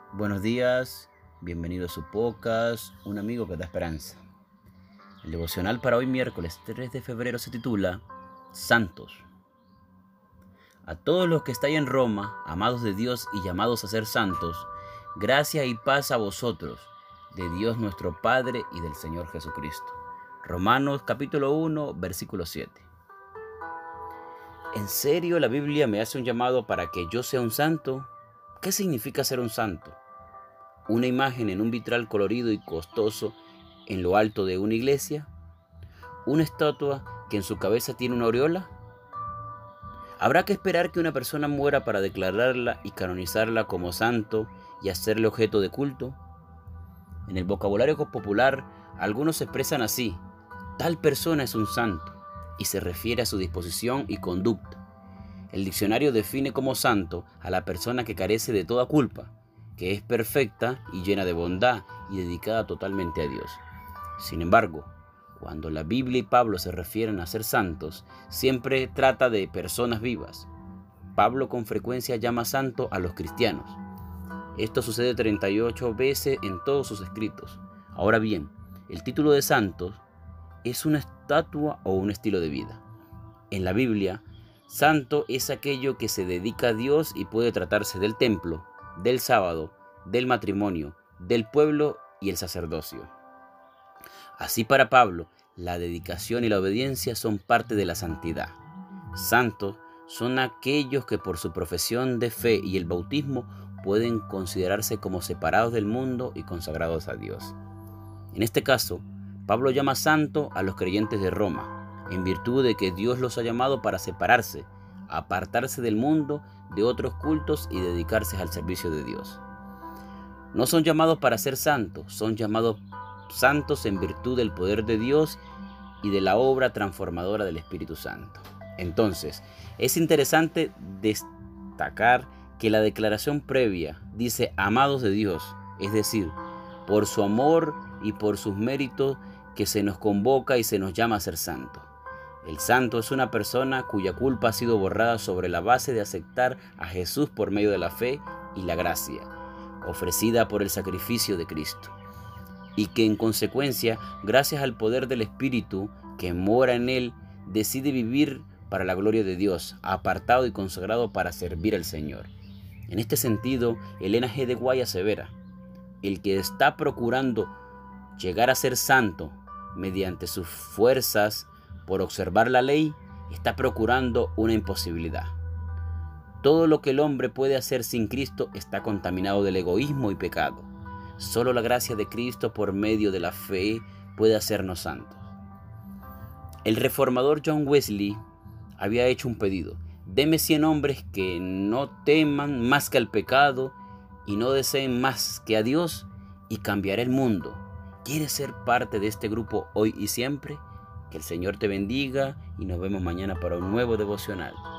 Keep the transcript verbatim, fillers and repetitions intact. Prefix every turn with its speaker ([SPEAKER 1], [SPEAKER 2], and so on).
[SPEAKER 1] Buenos días, bienvenido a su podcast, Un amigo que da esperanza. El devocional para hoy miércoles tres de febrero se titula Santos. A todos los que estáis en Roma, amados de Dios y llamados a ser santos, gracia y paz a vosotros, de Dios nuestro Padre y del Señor Jesucristo. Romanos capítulo uno, versículo siete. ¿En serio la Biblia me hace un llamado para que yo sea un santo? ¿Qué significa ser un santo? ¿Una imagen en un vitral colorido y costoso en lo alto de una iglesia? ¿Una estatua que en su cabeza tiene una aureola? ¿Habrá que esperar que una persona muera para declararla y canonizarla como santo y hacerle objeto de culto? En el vocabulario popular, algunos se expresan así: tal persona es un santo, y se refiere a su disposición y conducta. El diccionario define como santo a la persona que carece de toda culpa, que es perfecta y llena de bondad y dedicada totalmente a Dios. Sin embargo, cuando la Biblia y Pablo se refieren a ser santos, siempre trata de personas vivas. Pablo con frecuencia llama santo a los cristianos. Esto sucede treinta y ocho veces en todos sus escritos. Ahora bien, el título de santos es una estatua o un estilo de vida. En la Biblia, santo es aquello que se dedica a Dios y puede tratarse del templo, del sábado, del matrimonio, del pueblo y el sacerdocio. Así para Pablo, la dedicación y la obediencia son parte de la santidad. Santos son aquellos que por su profesión de fe y el bautismo pueden considerarse como separados del mundo y consagrados a Dios. En este caso, Pablo llama santo a los creyentes de Roma, en virtud de que Dios los ha llamado para separarse, apartarse del mundo, de otros cultos y dedicarse al servicio de Dios. No son llamados para ser santos, son llamados santos en virtud del poder de Dios y de la obra transformadora del Espíritu Santo. Entonces, es interesante destacar que la declaración previa dice amados de Dios, es decir, por su amor y por sus méritos que se nos convoca y se nos llama a ser santos. El santo es una persona cuya culpa ha sido borrada sobre la base de aceptar a Jesús por medio de la fe y la gracia, ofrecida por el sacrificio de Cristo, y que en consecuencia, gracias al poder del Espíritu que mora en él, decide vivir para la gloria de Dios, apartado y consagrado para servir al Señor. En este sentido, Elena G. de White asevera: el que está procurando llegar a ser santo mediante sus fuerzas por observar la ley, está procurando una imposibilidad. Todo lo que el hombre puede hacer sin Cristo está contaminado del egoísmo y pecado. Solo la gracia de Cristo por medio de la fe puede hacernos santos. El reformador John Wesley había hecho un pedido: deme cien hombres que no teman más que al pecado y no deseen más que a Dios, y cambiaré el mundo. ¿Quieres ser parte de este grupo hoy y siempre? Que el Señor te bendiga y nos vemos mañana para un nuevo devocional.